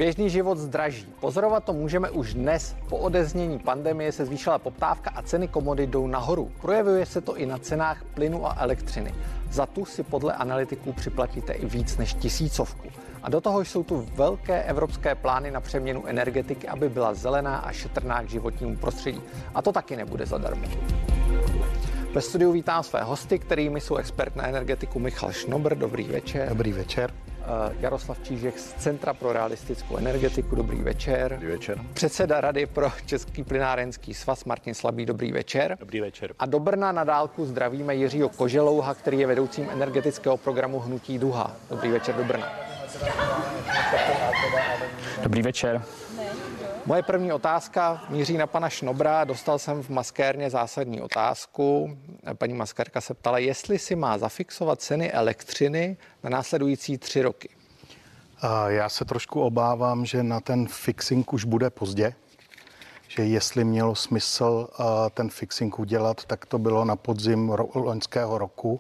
Běžný život zdraží. Pozorovat to můžeme už dnes. Po odeznění pandemie se zvýšila poptávka a ceny komodit jdou nahoru. Projevuje se to i na cenách plynu a elektřiny. Za tu si podle analytiků připlatíte i víc než 1000. A do toho jsou tu velké evropské plány na přeměnu energetiky, aby byla zelená a šetrná k životnímu prostředí. A to taky nebude zadarmo. Ve studiu vítám své hosty, kterými jsou expert na energetiku Michal Šnobr. Dobrý večer. Dobrý večer. Jaroslav Čížek z Centra pro realistickou energetiku. Dobrý večer. Dobrý večer. Předseda Rady pro Český plynárenský svaz Martin Slabý. Dobrý večer. Dobrý večer. A do Brna na dálku zdravíme Jiřího Koželouha, který je vedoucím energetického programu Hnutí Duha. Dobrý večer do Brna. Dobrý večer. Moje první otázka míří na pana Šnobra. Dostal jsem v maskérně zásadní otázku. Paní maskérka se ptala, jestli si má zafixovat ceny elektřiny na následující 3 roky. Já se trošku obávám, že na ten fixing už bude pozdě. Že jestli mělo smysl ten fixing udělat, tak to bylo na podzim loňského roku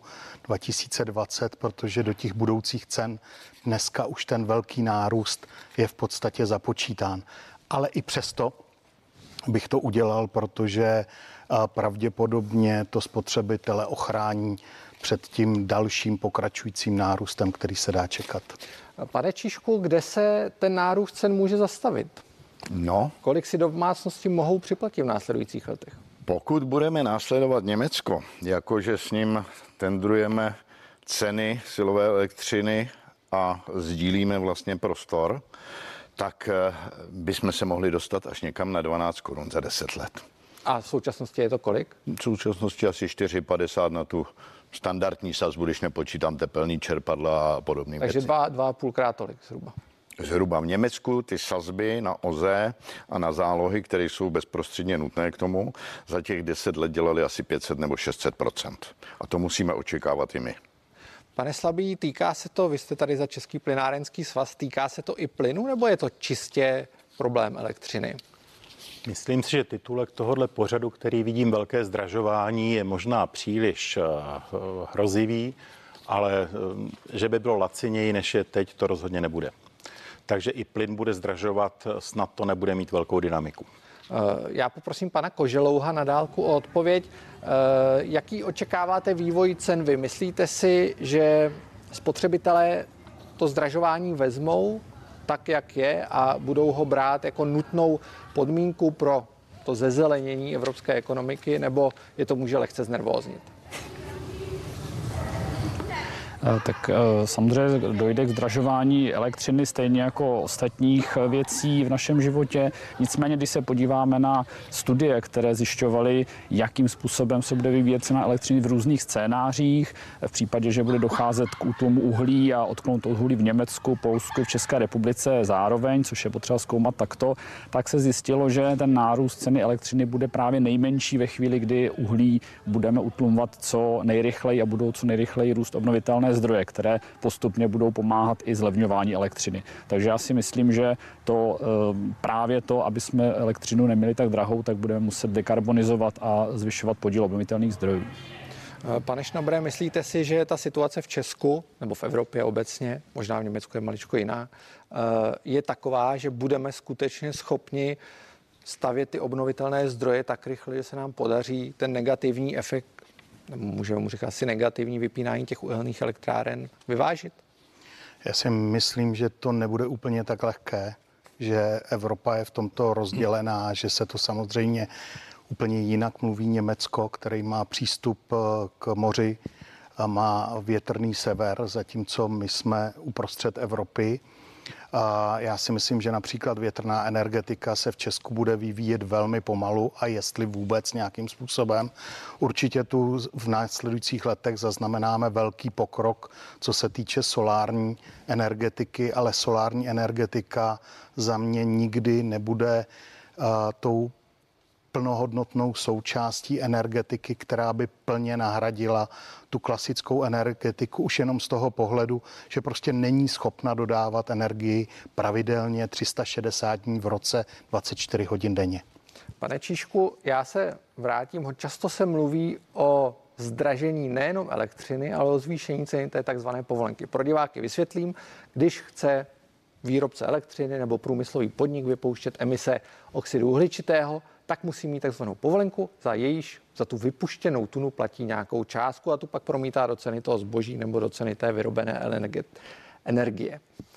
2020, protože do těch budoucích cen dneska už ten velký nárůst je v podstatě započítán. Ale i přesto bych to udělal, protože pravděpodobně to spotřebitele ochrání před tím dalším pokračujícím nárůstem, který se dá čekat. Pane Číšku, kde se ten nárůst cen může zastavit? No, Kolik si domácnosti mohou připlatit v následujících letech? pokud budeme následovat Německo, jakože s ním tendrujeme ceny silové elektřiny a sdílíme vlastně prostor, tak bychom se mohli dostat až někam na 12 korun za 10 let. A v současnosti je to kolik? V současnosti asi 4,50 na tu standardní sazbu, když nepočítám tepelný čerpadla a podobné Takže věci. 2,5krát tolik zhruba. Zhruba v Německu ty sazby na OZE a na zálohy, které jsou bezprostředně nutné k tomu, za těch 10 let dělali asi 500 nebo 600%. A to musíme očekávat i my. Pane Slabý, týká se to, vy jste tady za Český plynárenský svaz, týká se to i plynu, nebo je to čistě problém elektřiny? Myslím si, že titulek tohohle pořadu, který vidím velké zdražování, je možná příliš hrozivý, ale že by bylo laciněji, než je teď, to rozhodně nebude. Takže i plyn bude zdražovat, snad to nebude mít velkou dynamiku. Já poprosím pana Koželouha na dálku o odpověď. Jaký očekáváte vývoj cen vy? Myslíte si, že spotřebitelé to zdražování vezmou tak, jak je a budou ho brát jako nutnou podmínku pro to zezelenění evropské ekonomiky, nebo je to může lehce znervóznit? Tak samozřejmě dojde k zdražování elektřiny stejně jako ostatních věcí v našem životě. Nicméně, když se podíváme na studie, které zjišťovaly, jakým způsobem se bude vyvíjet cena elektřiny v různých scénářích, v případě, že bude docházet k útlumu uhlí a odklonu uhlí v Německu, Polsku, v České republice zároveň, což je potřeba zkoumat takto, tak se zjistilo, že ten nárůst ceny elektřiny bude právě nejmenší ve chvíli, kdy uhlí budeme utlumovat co nejrychleji a budou co nejrychleji růst obnovitelné zdroje, které postupně budou pomáhat i zlevňování elektřiny. Takže já si myslím, že to právě to, aby jsme elektřinu neměli tak drahou, tak budeme muset dekarbonizovat a zvyšovat podíl obnovitelných zdrojů. Pane Šnobre, myslíte si, že ta situace v Česku nebo v Evropě obecně, možná v Německu je maličko jiná, je taková, že budeme skutečně schopni stavět ty obnovitelné zdroje tak rychle, že se nám podaří ten negativní efekt, můžeme mu říkat asi negativní vypínání těch uhelných elektráren vyvážit? Já si myslím, že to nebude úplně tak lehké, že Evropa je v tomto rozdělená, že se to samozřejmě úplně jinak mluví Německo, který má přístup k moři a má větrný sever, zatímco my jsme uprostřed Evropy. A já si myslím, že například větrná energetika se v Česku bude vyvíjet velmi pomalu a jestli vůbec nějakým způsobem. Určitě tu v následujících letech zaznamenáme velký pokrok, co se týče solární energetiky, ale solární energetika za mě nikdy nebude tou plnohodnotnou součástí energetiky, která by plně nahradila tu klasickou energetiku už jenom z toho pohledu, že prostě není schopna dodávat energii pravidelně 360 dní v roce, 24 hodin denně. Pane Číšku, já se vrátím. Často se mluví o zdražení nejenom elektřiny, ale o zvýšení ceny té takzvané povolenky. Pro diváky vysvětlím, když chce výrobce elektřiny nebo průmyslový podnik vypouštět emise oxidu uhličitého, tak musí mít takzvanou povolenku, za tu vypuštěnou tunu platí nějakou částku a tu pak promítá do ceny toho zboží nebo do ceny té vyrobené energie.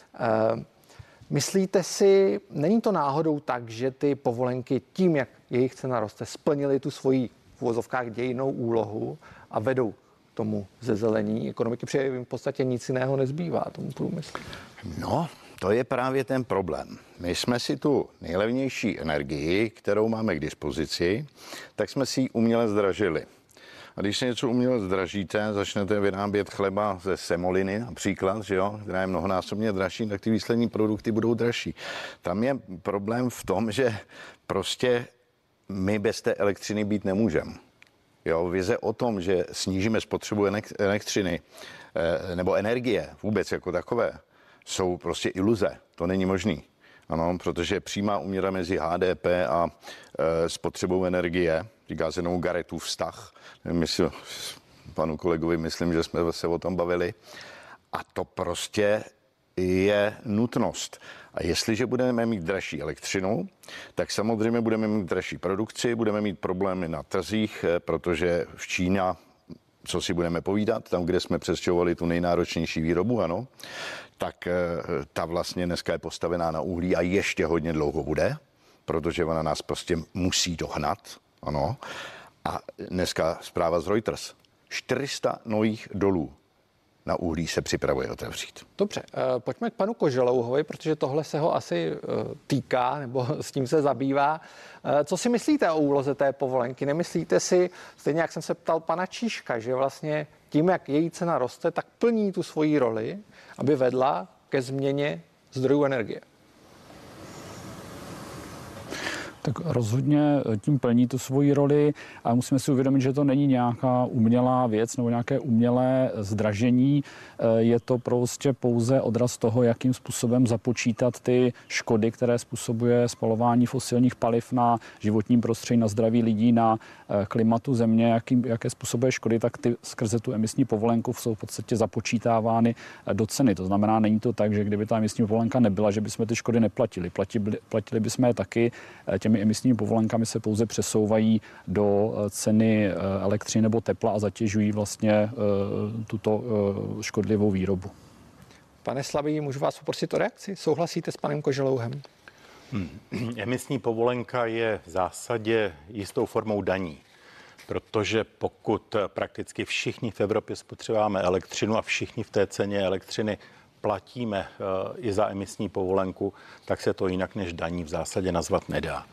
Myslíte si, není to náhodou tak, že ty povolenky tím, jak jejich cena roste, splnily tu svoji v uvozovkách dějinnou úlohu a vedou k tomu zezelení ekonomiky, protože jim v podstatě nic jiného nezbývá tomu průmyslu? No, to je právě ten problém. My jsme si tu nejlevnější energii, kterou máme k dispozici, tak jsme si ji uměle zdražili. A když se něco uměle zdražíte, začnete vyrábět chleba ze semoliny například, že jo, která je mnohonásobně dražší, tak ty výslední produkty budou dražší. Tam je problém v tom, že prostě my bez té elektřiny být nemůžeme. Jo, vize o tom, že snížíme spotřebu elektřiny nebo energie vůbec jako takové, jsou prostě iluze. To není možný. Ano, protože přímá úměra mezi HDP a spotřebou energie, říká se tomu Garrettův vztah, panu kolegovi myslím, že jsme se o tom bavili, a to prostě je nutnost. A jestliže budeme mít dražší elektřinu, tak samozřejmě budeme mít dražší produkci, budeme mít problémy na trzích, protože v Číně, co si budeme povídat, tam, kde jsme přestěhovali tu nejnáročnější výrobu, ano, tak ta vlastně dneska je postavená na uhlí a ještě hodně dlouho bude, protože ona nás prostě musí dohnat, ano. A dneska zpráva z Reuters. 400 nových dolů na uhlí se připravuje otevřít. Dobře, pojďme k panu Koželouhovi, protože tohle se ho asi týká, nebo s tím se zabývá. Co si myslíte o úloze té povolenky? Nemyslíte si, stejně jak jsem se ptal pana Číška, že vlastně tím, jak její cena roste, tak plní tu svoji roli, aby vedla ke změně zdrojů energie? Tak rozhodně tím plní tu svoji roli a musíme si uvědomit, že to není nějaká umělá věc nebo nějaké umělé zdražení. Je to prostě pouze odraz toho, jakým způsobem započítat ty škody, které způsobuje spalování fosilních paliv na životním prostředí, na zdraví lidí, na klimatu země, jaké způsobuje škody, tak ty skrze tu emisní povolenku jsou v podstatě započítávány do ceny. To znamená, není to tak, že kdyby ta emisní povolenka nebyla, že bychom ty škody neplatili. Platili bychom je taky. Těmi emisními povolenkami se pouze přesouvají do ceny elektřiny nebo tepla a zatěžují vlastně tuto škodlivou výrobu. Pane Slabý, můžu vás poprosit o reakci? Souhlasíte s panem Koželouhem? Emisní povolenka je v zásadě jistou formou daní, protože pokud prakticky všichni v Evropě spotřebáváme elektřinu a všichni v té ceně elektřiny platíme i za emisní povolenku, tak se to jinak než daní v zásadě nazvat nedá.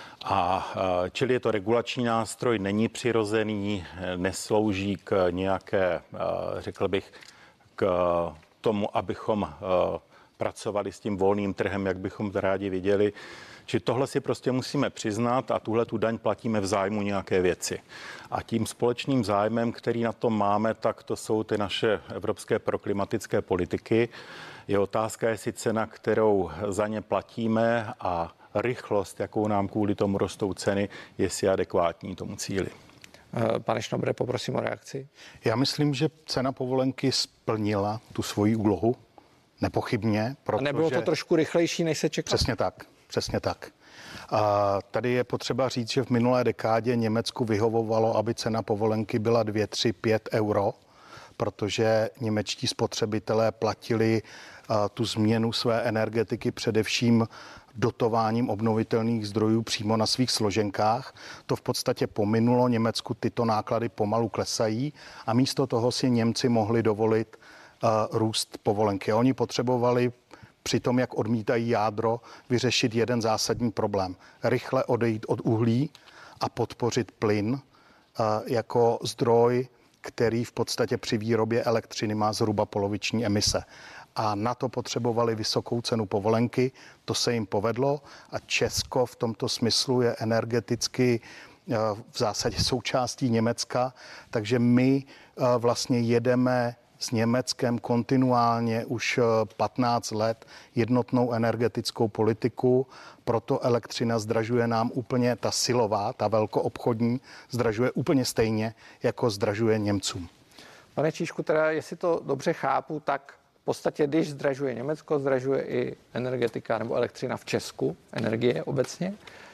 Čili je to regulační nástroj, není přirozený, neslouží k nějaké, řekl bych, k tomu, abychom pracovali s tím volným trhem, jak bychom to rádi viděli. Či tohle si prostě musíme přiznat a tuhle tu daň platíme v zájmu nějaké věci. A tím společným zájmem, který na tom máme, tak to jsou ty naše evropské proklimatické politiky. Je otázka, jestli cena, kterou za ně platíme a rychlost, jakou nám kvůli tomu rostou ceny, jestli adekvátní tomu cíli. Pane Šnobre, poprosím o reakci. Já myslím, že cena povolenky splnila tu svoji úlohu, nepochybně. A nebylo to trošku rychlejší, než se čekalo? Přesně tak. A tady je potřeba říct, že v minulé dekádě Německu vyhovovalo, aby cena povolenky byla 2, 3, 5 euro, protože němečtí spotřebitelé platili tu změnu své energetiky především dotováním obnovitelných zdrojů přímo na svých složenkách. To v podstatě pominulo, Německu tyto náklady pomalu klesají a místo toho si Němci mohli dovolit růst povolenky. A oni potřebovali při tom, jak odmítají jádro, vyřešit jeden zásadní problém. Rychle odejít od uhlí a podpořit plyn jako zdroj, který v podstatě při výrobě elektřiny má zhruba poloviční emise. A na to potřebovali vysokou cenu povolenky, to se jim povedlo a Česko v tomto smyslu je energeticky v zásadě součástí Německa, takže my vlastně jedeme s Německem kontinuálně už 15 let jednotnou energetickou politiku, proto elektřina zdražuje nám úplně, ta silová, ta velkoobchodní, zdražuje úplně stejně, jako zdražuje Němcům. Pane Číšku, teda jestli to dobře chápu, tak podstatě, když zdražuje Německo, zdražuje i energetika nebo elektřina v Česku, energie obecně.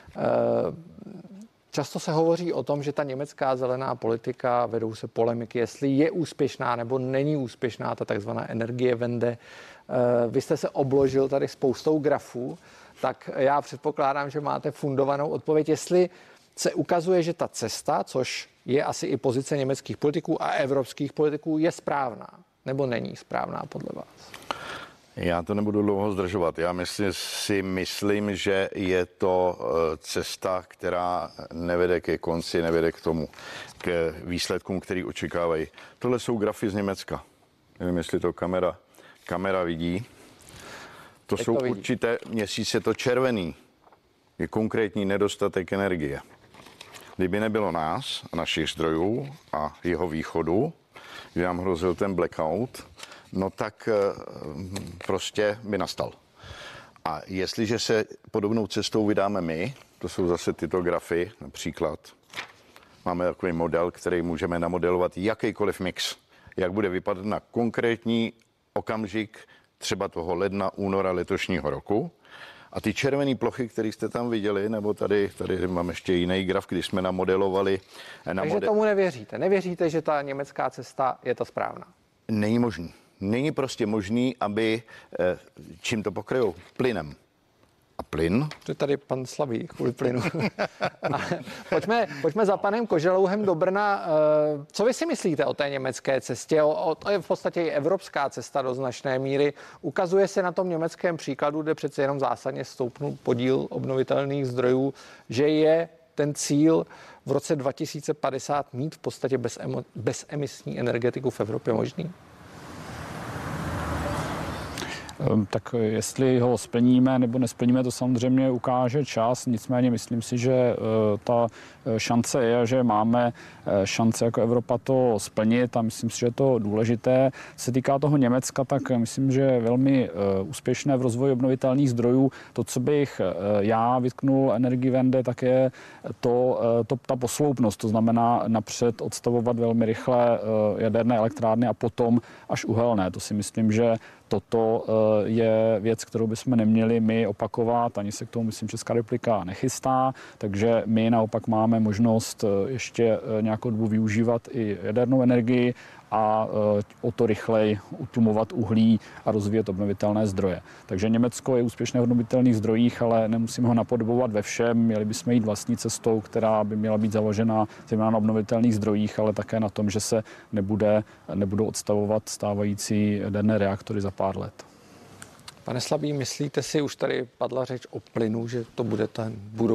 Často se hovoří o tom, že ta německá zelená politika, vedou se polemiky, jestli je úspěšná nebo není úspěšná ta takzvaná Energiewende. Vy jste se obložil tady spoustou grafů, tak já předpokládám, že máte fundovanou odpověď, jestli se ukazuje, že ta cesta, což je asi i pozice německých politiků a evropských politiků, je správná nebo není správná podle vás? Já to nebudu dlouho zdržovat. Já myslím, že je to cesta, která nevede ke konci, nevede k tomu, k výsledkům, který očekávají. Tohle jsou grafy z Německa. Nevím, jestli to kamera vidí. To jsou určité měsíce, to červený je konkrétní nedostatek energie. Kdyby nebylo nás a našich zdrojů a jeho východu, kdy nám hrozil ten blackout, no tak prostě by nastal. A jestliže se podobnou cestou vydáme my, to jsou zase tyto grafy, například máme takový model, který můžeme namodelovat jakýkoliv mix, jak bude vypadat na konkrétní okamžik třeba toho ledna, února letošního roku. A ty červené plochy, které jste tam viděli, nebo tady mám ještě jiný graf, když jsme namodelovali. Takže tomu nevěříte? Nevěříte, že ta německá cesta je ta správná? Není možný. Není prostě možný, aby čím to pokryjou? Plynem. A plyn? To je tady pan Slabý kvůli plynu. pojďme za panem Koželouhem do Brna. Co vy si myslíte o té německé cestě? To je v podstatě i evropská cesta do značné míry. Ukazuje se na tom německém příkladu, kde přece jenom zásadně stoupnul podíl obnovitelných zdrojů, že je ten cíl v roce 2050 mít v podstatě bezemisní energetiku v Evropě možný? Tak jestli ho splníme nebo nesplníme, to samozřejmě ukáže čas. Nicméně myslím si, že ta šance je, že máme šance jako Evropa to splnit a myslím si, že je to důležité. Se týká toho Německa, tak myslím, že je velmi úspěšné v rozvoji obnovitelných zdrojů. To, co bych já vytknul Energiewende, tak je ta posloupnost. To znamená napřed odstavovat velmi rychle jaderné elektrárny a potom až uhelné. To si myslím, že toto je věc, kterou bychom neměli my opakovat, ani se k tomu, myslím, Česká republika nechystá, takže my naopak máme možnost ještě nějakou dobu využívat i jadernou energii a o to rychleji utlumovat uhlí a rozvíjet obnovitelné zdroje. Takže Německo je úspěšné v obnovitelných zdrojích, ale nemusíme ho napodobovat ve všem. Měli bychom jít vlastní cestou, která by měla být založena zejména na obnovitelných zdrojích, ale také na tom, že se nebudou odstavovat stávající jaderné reaktory za pár let. Pane Slabý, myslíte si, už tady padla řeč o plynu, že to bude ten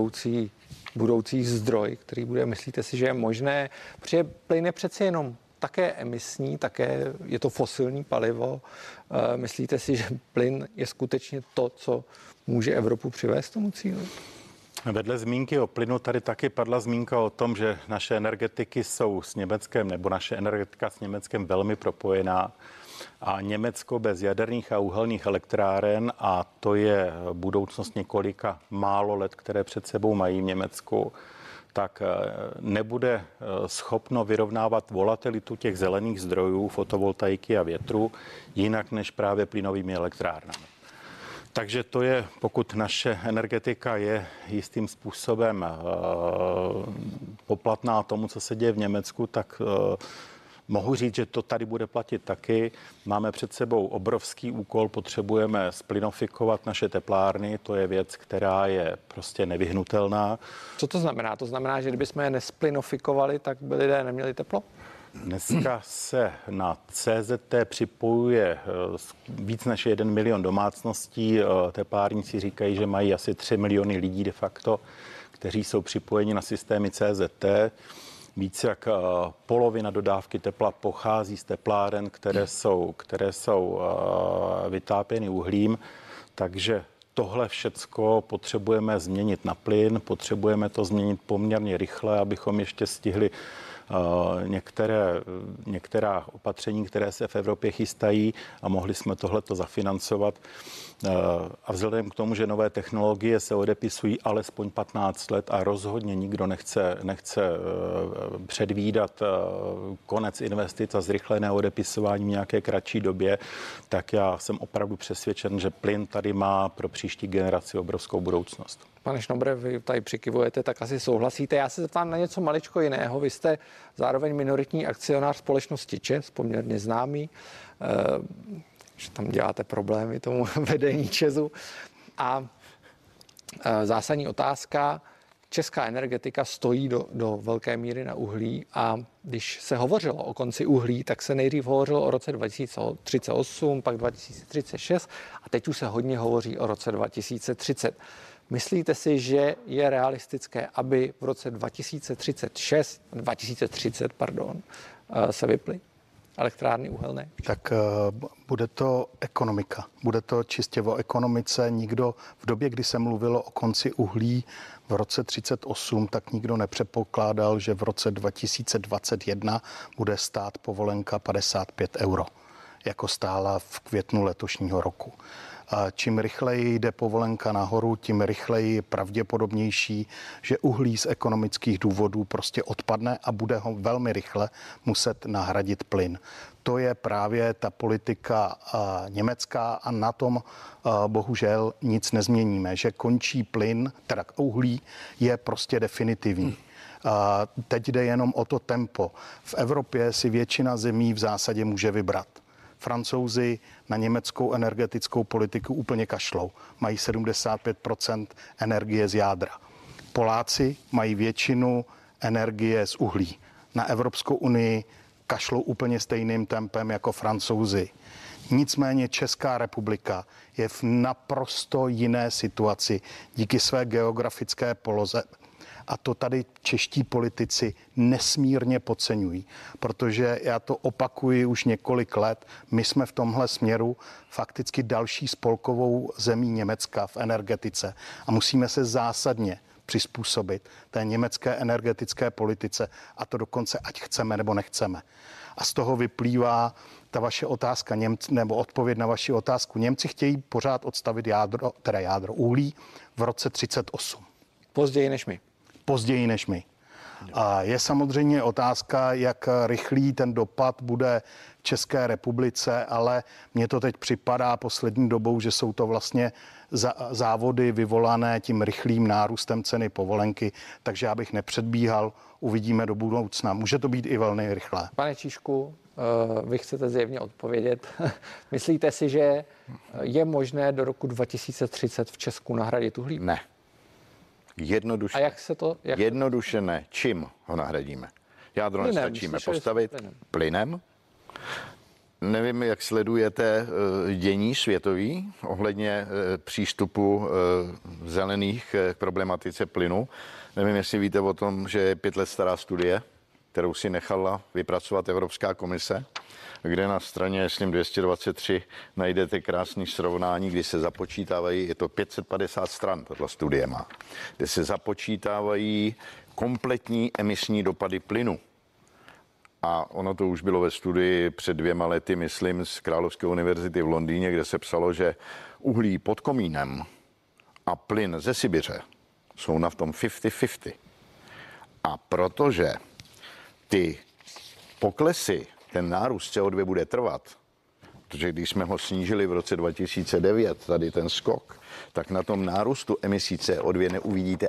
budoucí zdroj, který bude, myslíte si, že je možné, protože plyn je přeci jenom také emisní, také je to fosilní palivo. Myslíte si, že plyn je skutečně to, co může Evropu přivést k tomu cíli? Vedle zmínky o plynu tady taky padla zmínka o tom, že naše energetiky jsou s Německem, nebo naše energetika s Německem velmi propojená. A Německo bez jaderných a uhelných elektráren, a to je budoucnost několika málo let, které před sebou mají v Německu, tak nebude schopno vyrovnávat volatilitu těch zelených zdrojů, fotovoltaiky a větru, jinak než právě plynovými elektrárnami. Takže to je, pokud naše energetika je jistým způsobem poplatná tomu, co se děje v Německu, tak mohu říct, že to tady bude platit taky. Máme před sebou obrovský úkol, potřebujeme splinofikovat naše teplárny, to je věc, která je prostě nevyhnutelná. Co to znamená? To znamená, že kdybychom je nesplinofikovali, tak by lidé neměli teplo? Dneska se na CZT připojuje víc než 1 milion domácností. Teplárníci říkají, že mají asi 3 miliony lidí de facto, kteří jsou připojeni na systémy CZT. Více jak polovina dodávky tepla pochází z tepláren, které jsou vytápěny uhlím, takže tohle všecko potřebujeme změnit na plyn, potřebujeme to změnit poměrně rychle, abychom ještě stihli některá opatření, které se v Evropě chystají a mohli jsme tohleto zafinancovat. A vzhledem k tomu, že nové technologie se odepisují alespoň 15 let a rozhodně nikdo nechce předvídat konec investic a zrychlené odepisování v nějaké kratší době, tak já jsem opravdu přesvědčen, že plyn tady má pro příští generaci obrovskou budoucnost. Pane Šnobre, vy tady přikivujete, tak asi souhlasíte. Já se zeptám na něco maličko jiného. Vy jste zároveň minoritní akcionář společnosti ČEZ, poměrně známý, že tam děláte problémy tomu vedení ČEZu. A zásadní otázka, česká energetika stojí do velké míry na uhlí a když se hovořilo o konci uhlí, tak se nejdřív hovořilo o roce 2038, pak 2036 a teď už se hodně hovoří o roce 2030. Myslíte si, že je realistické, aby v roce 2030 se vyply elektrárny uhelné? Tak bude to ekonomika. Bude to čistě o ekonomice. Nikdo v době, kdy se mluvilo o konci uhlí v roce 38, tak nikdo nepředpokládal, že v roce 2021 bude stát povolenka 55 euro, jako stála v květnu letošního roku. Čím rychleji jde povolenka nahoru, tím rychleji je pravděpodobnější, že uhlí z ekonomických důvodů prostě odpadne a bude ho velmi rychle muset nahradit plyn. To je právě ta politika německá a na tom bohužel nic nezměníme, že končí plyn, teda uhlí je prostě definitivní. Teď jde jenom o to tempo. V Evropě si většina zemí v zásadě může vybrat. Francouzi na německou energetickou politiku úplně kašlou. Mají 75% energie z jádra. Poláci mají většinu energie z uhlí. Na Evropskou unii kašlou úplně stejným tempem jako Francouzi. Nicméně Česká republika je v naprosto jiné situaci díky své geografické poloze. A to tady čeští politici nesmírně podceňují, protože já to opakuji už několik let. My jsme v tomhle směru fakticky další spolkovou zemí Německa v energetice a musíme se zásadně přizpůsobit té německé energetické politice a to dokonce ať chceme nebo nechceme. A z toho vyplývá ta vaše otázka, nebo odpověď na vaši otázku. Němci chtějí pořád odstavit jádro uhlí v roce 38. Později než my. Později než my. A je samozřejmě otázka, jak rychlý ten dopad bude v České republice, ale mně to teď připadá poslední dobou, že jsou to vlastně závody vyvolané tím rychlým nárůstem ceny povolenky, takže já bych nepředbíhal, uvidíme do budoucna. Může to být i velmi rychlé. Pane Číšku, vy chcete zjevně odpovědět. Myslíte si, že je možné do roku 2030 v Česku nahradit uhlí? Ne. Jednoduše. A jak se to... Jednoduše ne. Čím ho nahradíme? Jádro nestačíme postavit plynem. Nevím, jak sledujete dění světový ohledně přístupu zelených k problematice plynu. Nevím, jestli víte o tom, že je 5 let stará studie, kterou si nechala vypracovat Evropská komise, kde na straně, myslím, 223 najdete krásný srovnání, kdy se započítávají, je to 550 stran, tato studie má, kde se započítávají kompletní emisní dopady plynu. A ono to už bylo ve studii před 2 lety, myslím, z Královské univerzity v Londýně, kde se psalo, že uhlí pod komínem a plyn ze Sibiře jsou na v tom 50-50. A protože ty poklesy, ten nárůst CO2 bude trvat, protože když jsme ho snížili v roce 2009, tady ten skok, tak na tom nárůstu emisí CO2 neuvidíte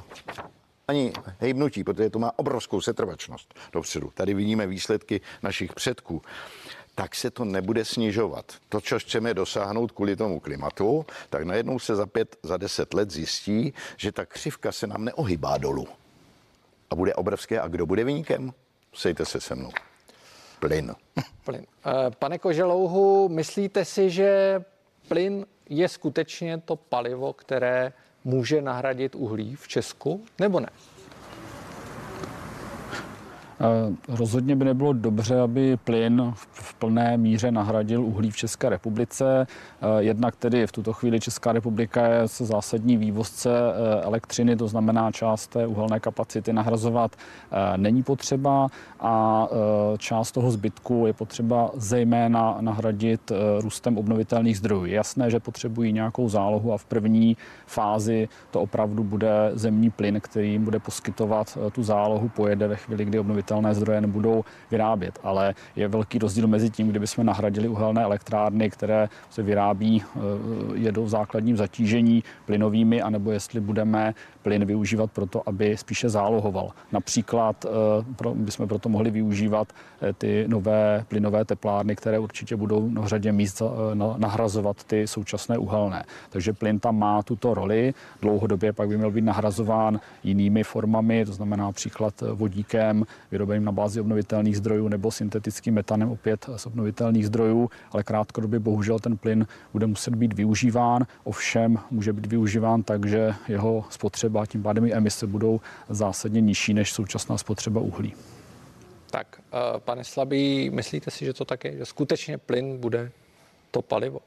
ani hejbnutí, protože to má obrovskou setrvačnost dopředu. Tady vidíme výsledky našich předků. Tak se to nebude snižovat. To, co chceme dosáhnout kvůli tomu klimatu, tak najednou se za 10 let zjistí, že ta křivka se nám neohybá dolů. A bude obrovské. A kdo bude viníkem? Sejte se se mnou. Plyn. Pane Koželouhu, myslíte si, že plyn je skutečně to palivo, které může nahradit uhlí v Česku, nebo ne? Rozhodně by nebylo dobře, aby plyn v plné míře nahradil uhlí v České republice. Jednak tedy v tuto chvíli Česká republika je zásadní vývozce elektřiny, to znamená část té uhelné kapacity nahrazovat není potřeba a část toho zbytku je potřeba zejména nahradit růstem obnovitelných zdrojů. Je jasné, že potřebují nějakou zálohu a v první fázi to opravdu bude zemní plyn, který jim bude poskytovat tu zálohu, pojede ve chvíli, kdy obnovitelné zdroje nebudou vyrábět. Ale je velký rozdíl mezi tím, kdybychom nahradili uhelné elektrárny, které se vyrábí, jedou v základním zatížení plynovými, anebo jestli budeme plyn využívat proto, aby spíše zálohoval. Například bychom proto mohli využívat ty nové plynové teplárny, které určitě budou na řadě míst nahrazovat ty současné uhelné. Takže plyn tam má tuto roli. Dlouhodobě pak by měl být nahrazován jinými formami, to znamená například vodíkem, vyrobeným na bázi obnovitelných zdrojů nebo syntetickým metanem opět z obnovitelných zdrojů, ale krátkodobě bohužel ten plyn bude muset být využíván, ovšem může být využíván tak, že jeho spotřeba, tím pádem i emise budou zásadně nižší než současná spotřeba uhlí. Tak, pane Slabý, myslíte si, že to tak je, že skutečně plyn bude to palivo?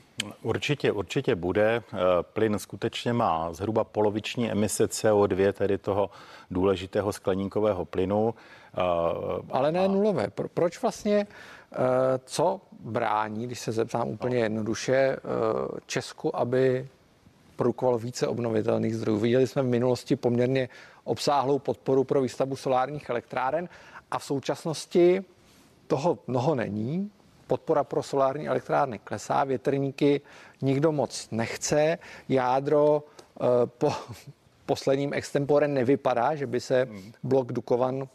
Určitě bude. Plyn skutečně má zhruba poloviční emise CO2, tedy toho důležitého skleníkového plynu. Ale ne nulové. Proč vlastně, co brání, když se zeptám úplně jednoduše, Česku, aby produkovalo více obnovitelných zdrojů? Viděli jsme v minulosti poměrně obsáhlou podporu pro výstavbu solárních elektráren a v současnosti toho mnoho není. Podpora pro solární elektrárny klesá, větrníky nikdo moc nechce, jádro po posledním extempore nevypadá, že by se blok Dukovan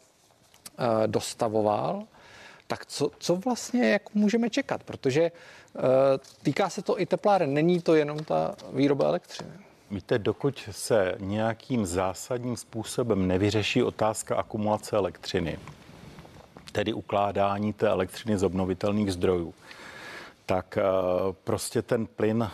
dostavoval. Tak co vlastně jak můžeme čekat? Protože týká se to i tepláren, není to jenom ta výroba elektřiny. Víte, dokud se nějakým zásadním způsobem nevyřeší otázka akumulace elektřiny, tedy ukládání té elektřiny z obnovitelných zdrojů, tak prostě ten plyn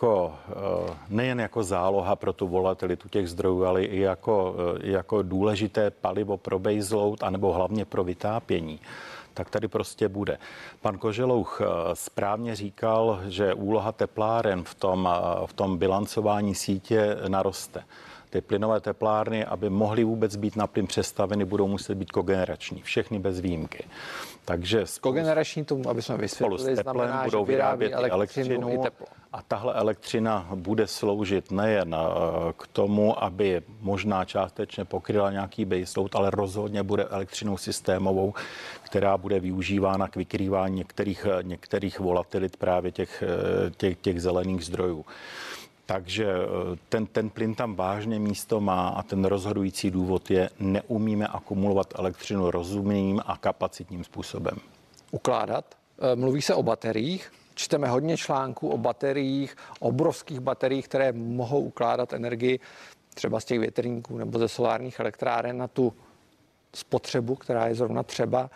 nejen jako záloha pro tu volatilitu těch zdrojů, ale i jako důležité palivo pro baseload anebo hlavně pro vytápění, tak tady prostě bude. Pan Koželouch správně říkal, že úloha tepláren v tom bilancování sítě naroste. Ty plynové teplárny, aby mohly vůbec být na plyn přestaveny, budou muset být kogenerační. Všechny bez výjimky. Takže kogenerační tomu, aby jsme vysvětlili, znamená, budou že vyrábí elektřinu i teplo. A tahle elektřina bude sloužit nejen k tomu, aby možná částečně pokryla nějaký baseload, ale rozhodně bude elektřinou systémovou, která bude využívána k vykrývání některých volatilit právě těch zelených zdrojů. Takže ten plyn tam vážně místo má a ten rozhodující důvod je, neumíme akumulovat elektřinu rozumným a kapacitním způsobem. Ukládat. Mluví se o bateriích. Čteme hodně článků o bateriích, obrovských bateriích, které mohou ukládat energii třeba z těch větrníků nebo ze solárních elektráren na tu spotřebu, která je zrovna třeba.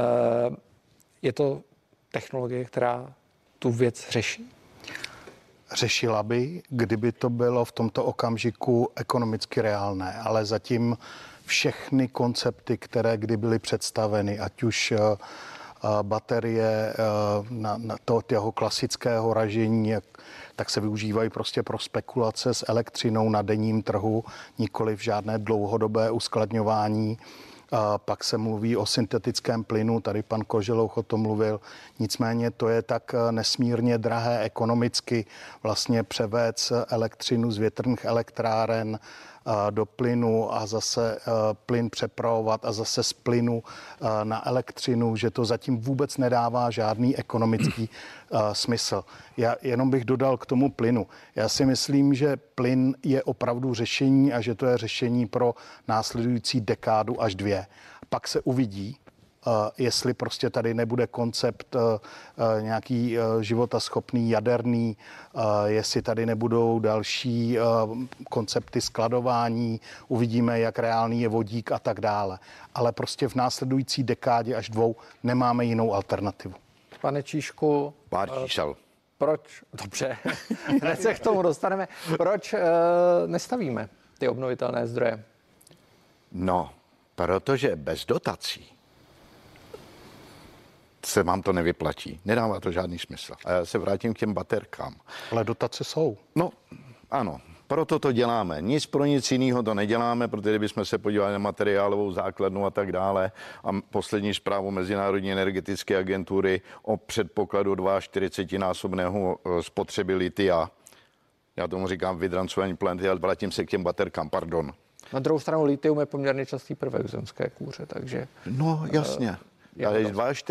Je to technologie, která tu věc řeší? Řešila by, kdyby to bylo v tomto okamžiku ekonomicky reálné, ale zatím všechny koncepty, které kdy byly představeny, ať už baterie na toho klasického ražení, tak se využívají prostě pro spekulace s elektřinou na denním trhu, nikoli v žádné dlouhodobé uskladňování. Pak se mluví o syntetickém plynu, tady pan Koželouch o tom mluvil, nicméně to je tak nesmírně drahé ekonomicky vlastně převést elektřinu z větrných elektráren do plynu a zase plyn přepravovat a zase z plynu na elektřinu, že to zatím vůbec nedává žádný ekonomický smysl. Já jenom bych dodal k tomu plynu. Já si myslím, že plyn je opravdu řešení a že to je řešení pro následující dekádu až 2. Pak se uvidí, jestli prostě tady nebude koncept nějaký životaschopný jaderný, jestli tady nebudou další koncepty skladování, uvidíme, jak reálný je vodík a tak dále. Ale prostě v následující dekádě až 2 nemáme jinou alternativu. Pane Číšku, Pár čísel. Proč, dobře, hned se k tomu dostaneme, proč nestavíme ty obnovitelné zdroje? No, Protože bez dotací se vám to nevyplatí. Nedává to žádný smysl. A já se vrátím k těm baterkám. Ale dotace jsou. No, ano, proto to děláme. Nic pro nic jiného to neděláme, protože kdybychom se podívali na materiálovou základnu a tak dále a poslední zprávu Mezinárodní energetické agentury o předpokladu 42násobného spotřeby litia, já tomu říkám vydrancování planety, ale vrátím se k těm baterkám, pardon. Na druhou stranu litium je poměrně častý prvek v zemské kůře, takže... No, jasně. Ale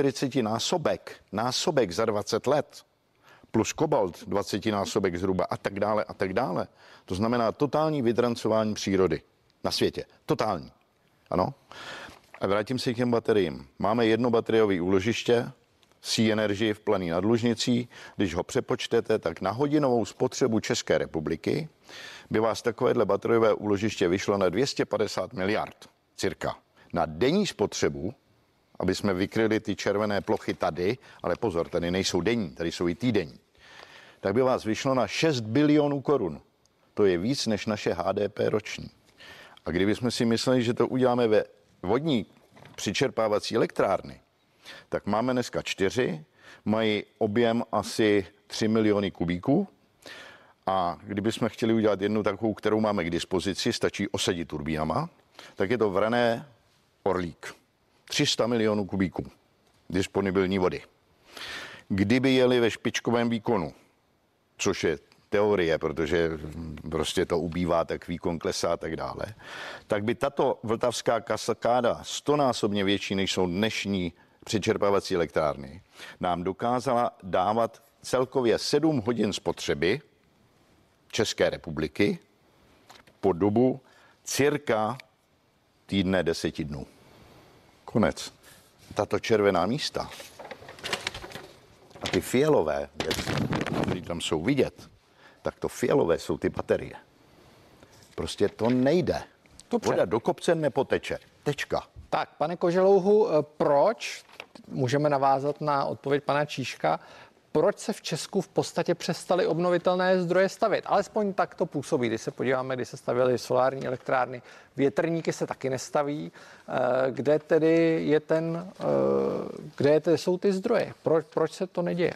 42násobek za 20 let plus kobalt 20násobek zhruba a tak dále. To znamená totální vydrancování přírody na světě. Totální. Ano. A vrátím se k těm bateriím. Máme jedno bateriové úložiště, Sea Energy v Planý nad Lužnicí. Když ho přepočtete, tak na hodinovou spotřebu České republiky by vás takovéhle bateriové úložiště vyšlo na 250 miliard cirka. Na denní spotřebu, aby jsme vykryli ty červené plochy tady, ale pozor, tady nejsou denní, tady jsou i týdenní, tak by vás vyšlo na 6 bilionů korun. To je víc než naše HDP roční. A kdybychom si mysleli, že to uděláme ve vodní přičerpávací elektrárny, tak máme dneska 4, mají objem asi 3 miliony kubíků a kdybychom chtěli udělat jednu takovou, kterou máme k dispozici, stačí osadit turbínama, tak je to Vrané Orlík. 300 milionů kubíků disponibilní vody. Kdyby jeli ve špičkovém výkonu, což je teorie, protože prostě to ubývá, tak výkon klesá a tak dále, tak by tato vltavská kaskadáda 100násobně větší, než jsou dnešní přečerpávací elektrárny, nám dokázala dávat celkově 7 hodin spotřeby České republiky po dobu cirka týdne 10 dnů. Konec. Tato červená místa a ty fialové věci, které tam jsou vidět, tak to fialové jsou ty baterie. Prostě to nejde. Dobře. Voda do kopce nepoteče. Tečka. Tak, pane Koželouhu, proč, můžeme navázat na odpověď pana Číška, proč se v Česku v podstatě přestaly obnovitelné zdroje stavět? Alespoň tak to působí, když se podíváme, kdy se stavěly solární elektrárny, větrníky se taky nestaví. Kde tedy je jsou ty zdroje? Proč se to neděje?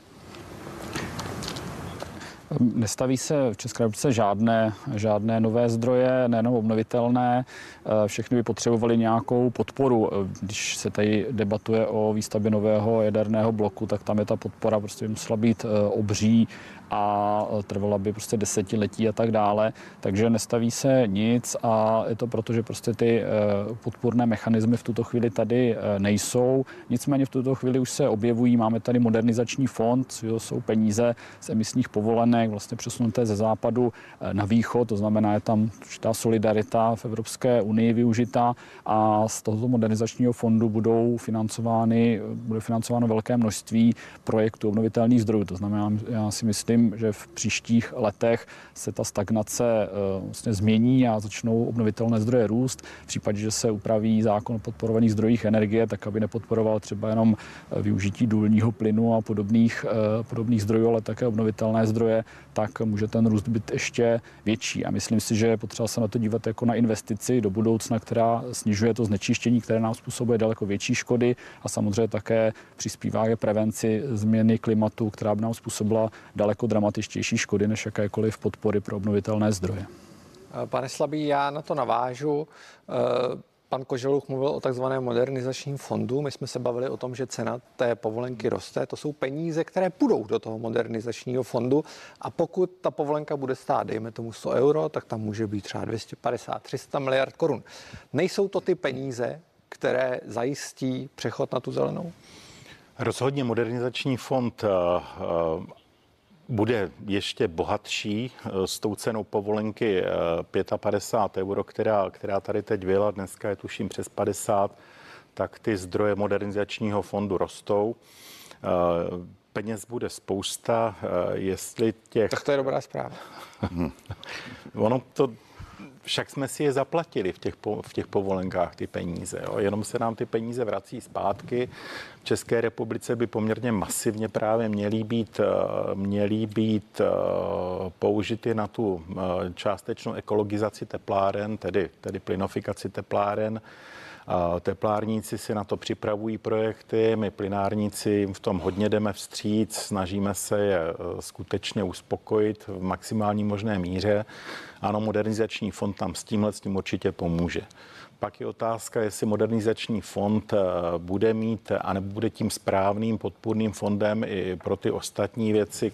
Nestaví se v České republice žádné nové zdroje, nejenom obnovitelné. Všechny by potřebovaly nějakou podporu. Když se tady debatuje o výstavbě nového jaderného bloku, tak tam je ta podpora prostě musela být obří a trvala by prostě desetiletí a tak dále. Takže nestaví se nic a je to proto, že prostě ty podpůrné mechanismy v tuto chvíli tady nejsou. Nicméně v tuto chvíli už se objevují. Máme tady modernizační fond, jsou peníze z emisních povolenek, vlastně přesunuté ze západu na východ, to znamená, je tam určitá solidarita v Evropské unii využita a z tohoto modernizačního fondu bude financováno velké množství projektů obnovitelných zdrojů. To znamená, já si myslím, že v příštích letech se ta stagnace vlastně změní a začnou obnovitelné zdroje růst. V případě, že se upraví zákon o podporovaných zdrojích energie, tak aby nepodporoval třeba jenom využití důlního plynu a podobných zdrojů, ale také obnovitelné zdroje, tak může ten růst být ještě větší. A myslím si, že je potřeba se na to dívat jako na investici do budoucna, která snižuje to znečištění, které nám způsobuje daleko větší škody a samozřejmě také přispívá ke prevenci změny klimatu, která by nám způsobila daleko dramatičtější škody než jakékoliv podpory pro obnovitelné zdroje. Pane Slabý, já na to navážu. Pan Koželouch mluvil o takzvaném modernizačním fondu. My jsme se bavili o tom, že cena té povolenky roste. To jsou peníze, které půjdou do toho modernizačního fondu a pokud ta povolenka bude stát, dejme tomu 100 euro, tak tam může být třeba 250-300 miliard korun. Nejsou to ty peníze, které zajistí přechod na tu zelenou? Rozhodně modernizační fond bude ještě bohatší s tou cenou povolenky 55 euro, která tady teď byla, dneska je tuším přes 50, tak ty zdroje modernizačního fondu rostou. Peněz bude spousta, jestli těch... Tak to je dobrá zpráva. Ono to Však jsme si je zaplatili v těch povolenkách, ty peníze. Jo? Jenom se nám ty peníze vrací zpátky. V České republice by poměrně masivně právě měly být použity na tu částečnou ekologizaci tepláren, tedy plynofikaci tepláren. Teplárníci si na to připravují projekty, my plynárníci jim v tom hodně jdeme vstříc, snažíme se je skutečně uspokojit v maximální možné míře. Ano, modernizační fond tam s tím určitě pomůže. Pak je otázka, jestli modernizační fond bude mít a nebude tím správným podpůrným fondem i pro ty ostatní věci,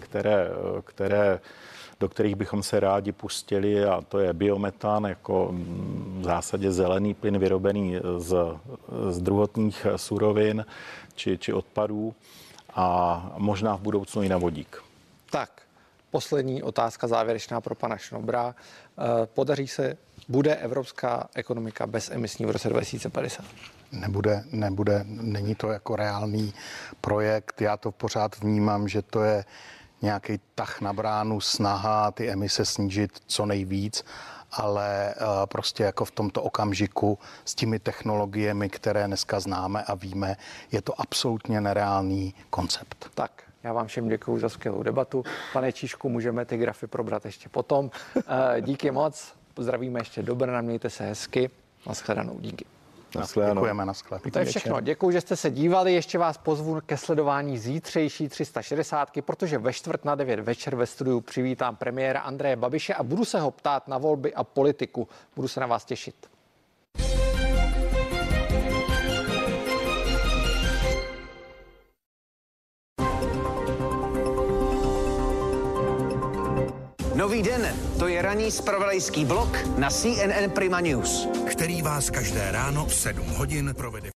do kterých bychom se rádi pustili, a to je biometan jako v zásadě zelený plyn vyrobený z druhotných surovin či odpadů a možná v budoucnu i na vodík. Tak, poslední otázka závěrečná pro pana Šnobra. Bude evropská ekonomika bezemisní v roce 2050? Nebude, není to jako reálný projekt. Já to pořád vnímám, že to je nějaký tah na bránu, snaha ty emise snížit co nejvíc, ale prostě jako v tomto okamžiku s těmi technologiemi, které dneska známe a víme, je to absolutně nereálný koncept. Tak, já vám všem děkuji za skvělou debatu. Pane Číšku, můžeme ty grafy probrat ještě potom. Díky moc, pozdravíme ještě do Brna, mějte se hezky. Nashledanou, díky. Děkujeme, naschle. To je všechno. Děkuji, že jste se dívali. Ještě vás pozvu ke sledování zítřejší 360, protože ve 8:45 večer ve studiu přivítám premiéra Andreje Babiše a budu se ho ptát na volby a politiku. Budu se na vás těšit. Nový den, to je ranní zpravodajský blok na CNN Prima News, který vás každé ráno v 7 hodin provede